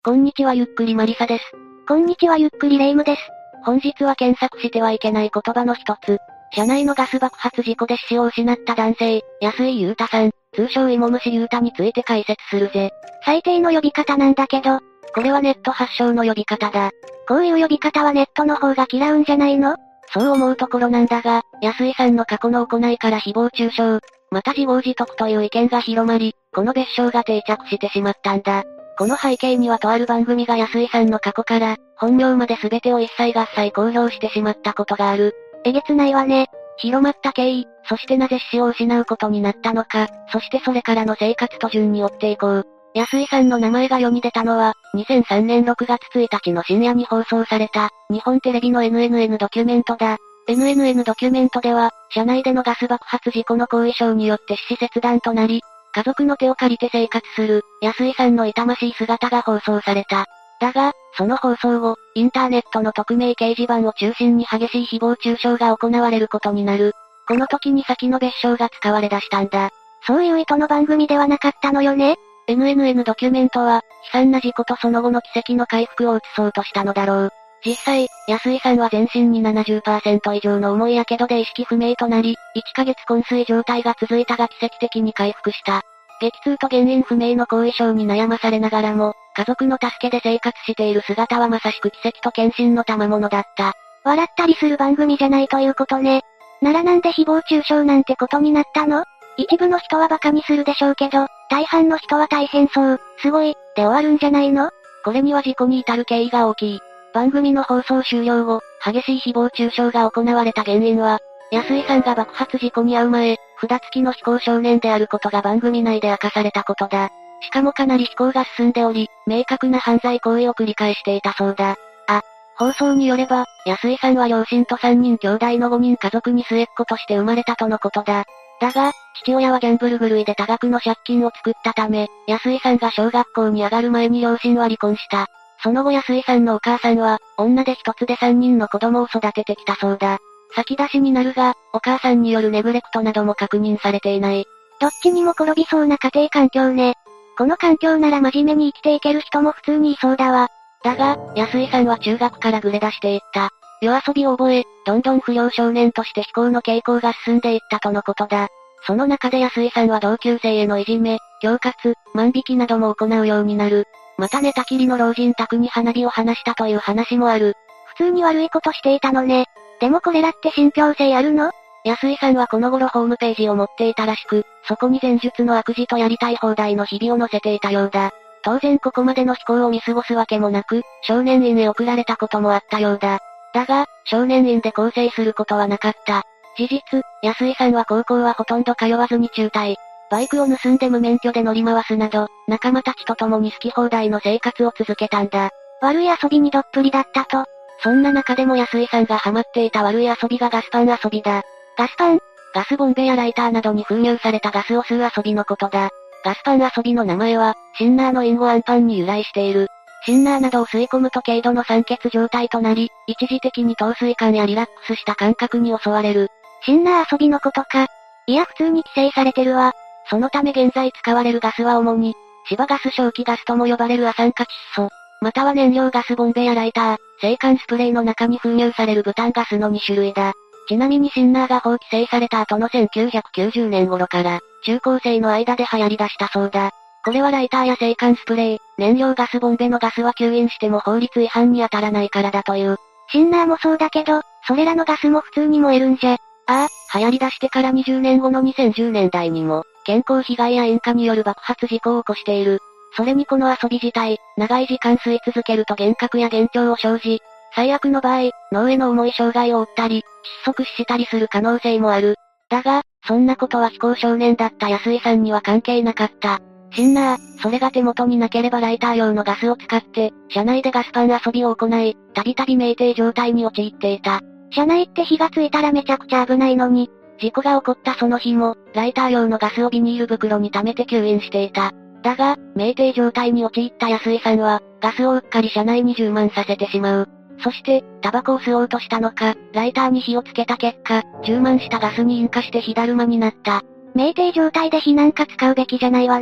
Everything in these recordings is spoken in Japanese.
こんにちはゆっくりマリサです。 こんにちはゆっくりレイムです。 本日は検索してはいけない言葉の一つ。車内のガス爆発事故で死を失った男性、安井優太さん、通称芋虫優太について解説するぜ。 最低の呼び方なんだけど、 これはネット発祥の呼び方だ。 こういう呼び方はネットの方が嫌うんじゃないの？ そう思うところなんだが、安井さんの過去の行いから誹謗中傷、また自業自得という意見が広まり、この別称が定着してしまったんだ。この背景にはとある番組が安井さんの過去から、本名まで全てを一切合切公表してしまったことがある。 えげつないわね。 広まった経緯、そしてなぜ死を失うことになったのか、そしてそれからの生活と順に追っていこう。安井さんの名前が世に出たのは、2003年6月1日の深夜に放送された、日本テレビの NNN ドキュメントだ。NNN ドキュメントでは、車内でのガス爆発事故の後遺症によって死死切断となり、家族の手を借りて生活する、安井さんの痛ましい姿が放送された。だが、その放送後、インターネットの匿名掲示板を中心に激しい誹謗中傷が行われることになる。この時に先の別称が使われ出したんだ。 そういう意図の番組ではなかったのよね。 NNN ドキュメントは、悲惨な事故とその後の奇跡の回復を映そうとしたのだろう。実際、安井さんは全身に 70% 以上の重い火傷で意識不明となり、1ヶ月昏睡状態が続いたが奇跡的に回復した。激痛と原因不明の後遺症に悩まされながらも、家族の助けで生活している姿はまさしく奇跡と献身の賜物だった。 笑ったりする番組じゃないということね。ならなんで誹謗中傷なんてことになったの？一部の人は馬鹿にするでしょうけど、大半の人は大変そう、すごい、で終わるんじゃないの？ これには事故に至る経緯が大きい。番組の放送終了後、激しい誹謗中傷が行われた原因は、安井さんが爆発事故に遭う前、札付きの非行少年であることが番組内で明かされたことだ。しかもかなり非行が進んでおり、明確な犯罪行為を繰り返していたそうだ。放送によれば、安井さんは両親と3人兄弟の5人家族に末っ子として生まれたとのことだ。だが、父親はギャンブル狂いで多額の借金を作ったため、安井さんが小学校に上がる前に両親は離婚した。その後安井さんのお母さんは、女で一つで3人の子供を育ててきたそうだ。先出しになるが、お母さんによるネグレクトなども確認されていない。 どっちにも転びそうな家庭環境ね。この環境なら真面目に生きていける人も普通にいそうだわ。 だが、安井さんは中学からぐれ出していった。夜遊びを覚え、どんどん不良少年として非行の傾向が進んでいったとのことだ。その中で安井さんは同級生へのいじめ、恐喝、万引きなども行うようになる。また寝たきりの老人宅に花火を放したという話もある。 普通に悪いことしていたのね。でもこれらって信憑性あるの？ 安井さんはこの頃ホームページを持っていたらしく、そこに前述の悪事とやりたい放題の日々を載せていたようだ。当然ここまでの非行を見過ごすわけもなく、少年院へ送られたこともあったようだ。だが、少年院で更生することはなかった。事実、安井さんは高校はほとんど通わずに中退。バイクを盗んで無免許で乗り回すなど、仲間たちと共に好き放題の生活を続けたんだ。 悪い遊びにどっぷりだったと。 そんな中でも安井さんがハマっていた悪い遊びがガスパン遊びだ。 ガスパン？ ガスボンベやライターなどに封入されたガスを吸う遊びのことだ。ガスパン遊びの名前は、シンナーの隠語アンパンに由来している。シンナーなどを吸い込むと軽度の酸欠状態となり、一時的に陶酔感やリラックスした感覚に襲われる。 シンナー遊びのことか。いや普通に規制されてるわ。 そのため現在使われるガスは主に、芝ガス焼気ガスとも呼ばれる亜酸化窒素、または燃料ガスボンベやライター、制汗スプレーの中に封入されるブタンガスの2種類だ。ちなみにシンナーが法規制された後の1990年頃から、中高生の間で流行り出したそうだ。これはライターや制汗スプレー、燃料ガスボンベのガスは吸引しても法律違反に当たらないからだという。 シンナーもそうだけど、それらのガスも普通に燃えるんじゃ。 流行り出してから20年後の2010年代にも、健康被害や引火による爆発事故を起こしている。それにこの遊び自体、長い時間吸い続けると幻覚や幻聴を生じ、最悪の場合、脳への重い障害を負ったり、窒息死したりする可能性もある。だが、そんなことは非行少年だった安井さんには関係なかった。シンナー、それが手元になければライター用のガスを使って、車内でガスパン遊びを行い、たびたび酩酊状態に陥っていた。 車内って火がついたらめちゃくちゃ危ないのに。 事故が起こったその日も、ライター用のガスをビニール袋に溜めて吸引していた。だが、酩酊状態に陥った安井さんは、ガスをうっかり車内に充満させてしまう。そして、タバコを吸おうとしたのか、ライターに火をつけた結果、充満したガスに引火して火だるまになった。 酩酊状態で火なんか使うべきじゃないわね。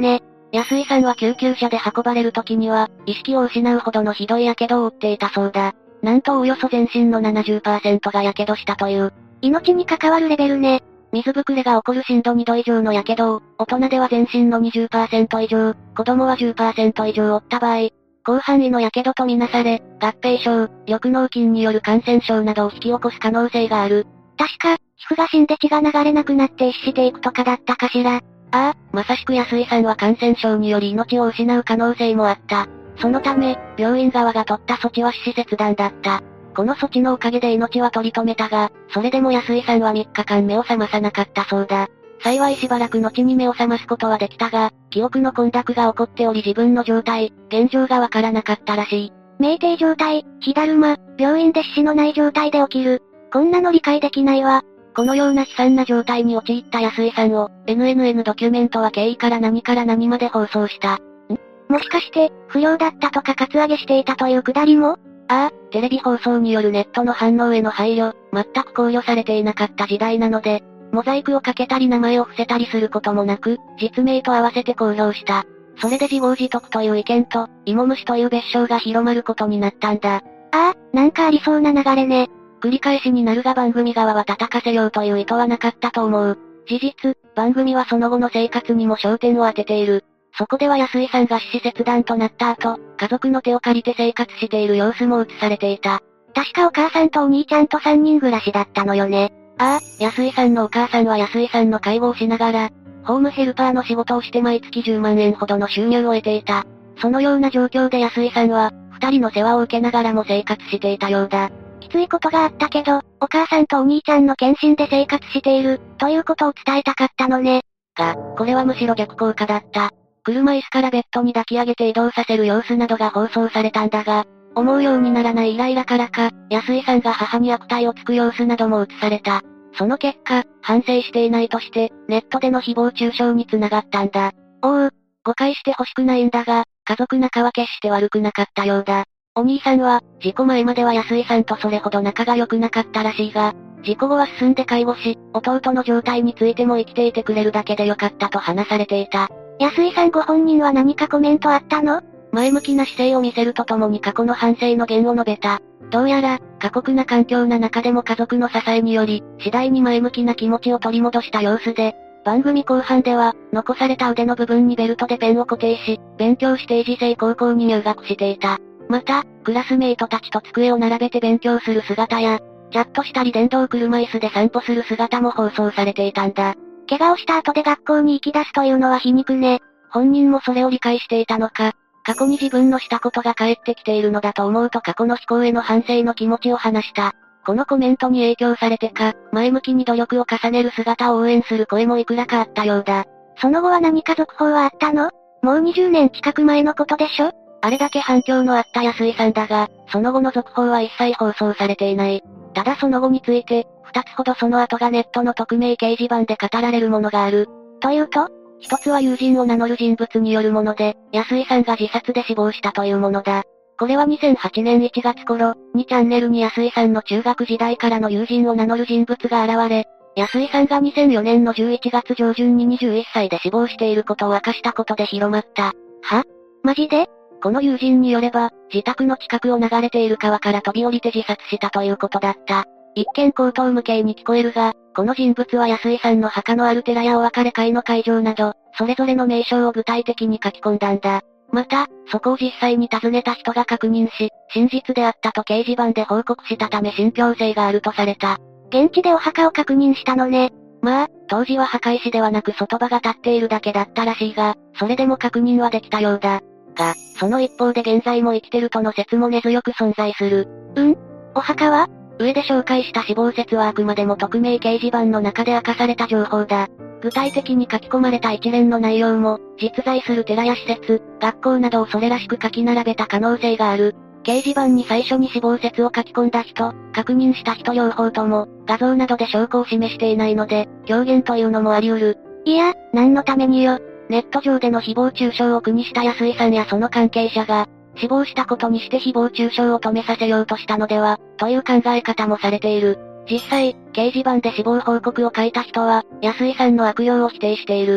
安井さんは救急車で運ばれる時には、意識を失うほどのひどい火傷を負っていたそうだ。なんとおよそ全身の 70% が火傷したという。 命に関わるレベルね。 水ぶくれが起こる震度2度以上の火傷を、大人では全身の 20% 以上、子供は 10% 以上負った場合、広範囲の火傷とみなされ、合併症、緑膿菌による感染症などを引き起こす可能性がある。 確か、皮膚が死んで血が流れなくなって壊死していくとかだったかしら。 ああ、まさしく安井さんは感染症により命を失う可能性もあった。そのため、病院側が取った措置は死死切断だった。この措置のおかげで命は取り留めたが、それでも安井さんは3日間目を覚まさなかったそうだ。幸いしばらく後に目を覚ますことはできたが、記憶の混濁が起こっており自分の状態、現状がわからなかったらしい。 酩酊状態、火だるま、病院で死のない状態で起きる。こんなの理解できないわ。 このような悲惨な状態に陥った安井さんを、NNN ドキュメントは経緯から何まで放送した。 もしかして、不良だったとかカツアゲしていたというくだりも？ ああ、テレビ放送によるネットの反応への配慮、全く考慮されていなかった時代なので、モザイクをかけたり名前を伏せたりすることもなく、実名と合わせて公表した。それで自業自得という意見と、芋虫という別称が広まることになったんだ。ああ、なんかありそうな流れね。 繰り返しになるが番組側は叩かせようという意図はなかったと思う。事実、番組はその後の生活にも焦点を当てている。そこでは安井さんが死死切断となった後、家族の手を借りて生活している様子も映されていた。 確かお母さんとお兄ちゃんと3人暮らしだったのよね。 ああ、安井さんのお母さんは安井さんの介護をしながら、ホームヘルパーの仕事をして毎月10万円ほどの収入を得ていた。そのような状況で安井さんは、2人の世話を受けながらも生活していたようだ。 きついことがあったけど、お母さんとお兄ちゃんの検診で生活している、ということを伝えたかったのね。 が、これはむしろ逆効果だった。車椅子からベッドに抱き上げて移動させる様子などが放送されたんだが、思うようにならないイライラからか、安井さんが母に悪態をつく様子なども映された。その結果、反省していないとして、ネットでの誹謗中傷に繋がったんだ。誤解してほしくないんだが、家族仲は決して悪くなかったようだ。お兄さんは、事故前までは安井さんとそれほど仲が良くなかったらしいが、事故後は進んで介護し、弟の状態についても生きていてくれるだけでよかったと話されていた。 安井さんご本人は何かコメントあったの？ 前向きな姿勢を見せるとともに過去の反省の言を述べた。どうやら、過酷な環境な中でも家族の支えにより、次第に前向きな気持ちを取り戻した様子で、番組後半では、残された腕の部分にベルトでペンを固定し、勉強して維持制高校に入学していた。また、クラスメイトたちと机を並べて勉強する姿や、チャットしたり電動車椅子で散歩する姿も放送されていたんだ。 怪我をした後で学校に行き出すというのは皮肉ね。 本人もそれを理解していたのか、過去に自分のしたことが返ってきているのだと思うと過去の非行への反省の気持ちを話した。このコメントに影響されてか、前向きに努力を重ねる姿を応援する声もいくらかあったようだ。 その後は何か続報はあったの？もう20年近く前のことでしょ？ あれだけ反響のあった安井さんだが、その後の続報は一切放送されていない。ただその後について、2つほどその後がネットの匿名掲示板で語られるものがある。 というと？ 一つは友人を名乗る人物によるもので、安井さんが自殺で死亡したというものだ。これは2008年1月頃、2チャンネルに安井さんの中学時代からの友人を名乗る人物が現れ、安井さんが2004年の11月上旬に21歳で死亡していることを明かしたことで広まった。 は？マジで？ この友人によれば、自宅の近くを流れている川から飛び降りて自殺したということだった。一見口頭無形に聞こえるが、この人物は安井さんの墓のある寺やお別れ会の会場など、それぞれの名称を具体的に書き込んだんだ。また、そこを実際に訪ねた人が確認し、真実であったと掲示板で報告したため信憑性があるとされた。 現地でお墓を確認したのね。 まあ、当時は墓石ではなく外場が立っているだけだったらしいが、それでも確認はできたようだ。が、その一方で現在も生きてるとの説も根強く存在する。 お墓は？ 上で紹介した死亡説はあくまでも匿名掲示板の中で明かされた情報だ。具体的に書き込まれた一連の内容も、実在する寺や施設、学校などをそれらしく書き並べた可能性がある。掲示板に最初に死亡説を書き込んだ人、確認した人両方とも、画像などで証拠を示していないので、狂言というのもあり得る。 いや、何のためによ。 ネット上での誹謗中傷を苦にした安井さんやその関係者が、死亡したことにして誹謗中傷を止めさせようとしたのでは、という考え方もされている。実際、掲示板で死亡報告を書いた人は、安井さんの悪用を否定している。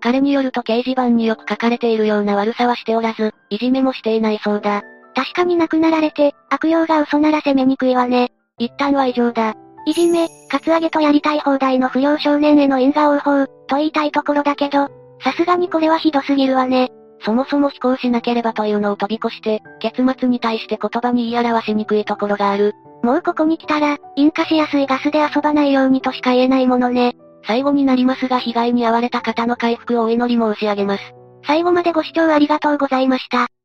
彼によると掲示板によく書かれているような悪さはしておらず、いじめもしていないそうだ。 確かに亡くなられて、悪用が嘘なら責めにくいわね。 一旦は以上だ。 いじめ、カツアゲとやりたい放題の不良少年への因果応報、と言いたいところだけど、さすがにこれはひどすぎるわね。 そもそも非行しなければというのを飛び越して、結末に対して言葉に言い表しにくいところがある。 もうここに来たら、引火しやすいガスで遊ばないようにとしか言えないものね。 最後になりますが被害に遭われた方の回復をお祈り申し上げます。 最後までご視聴ありがとうございました。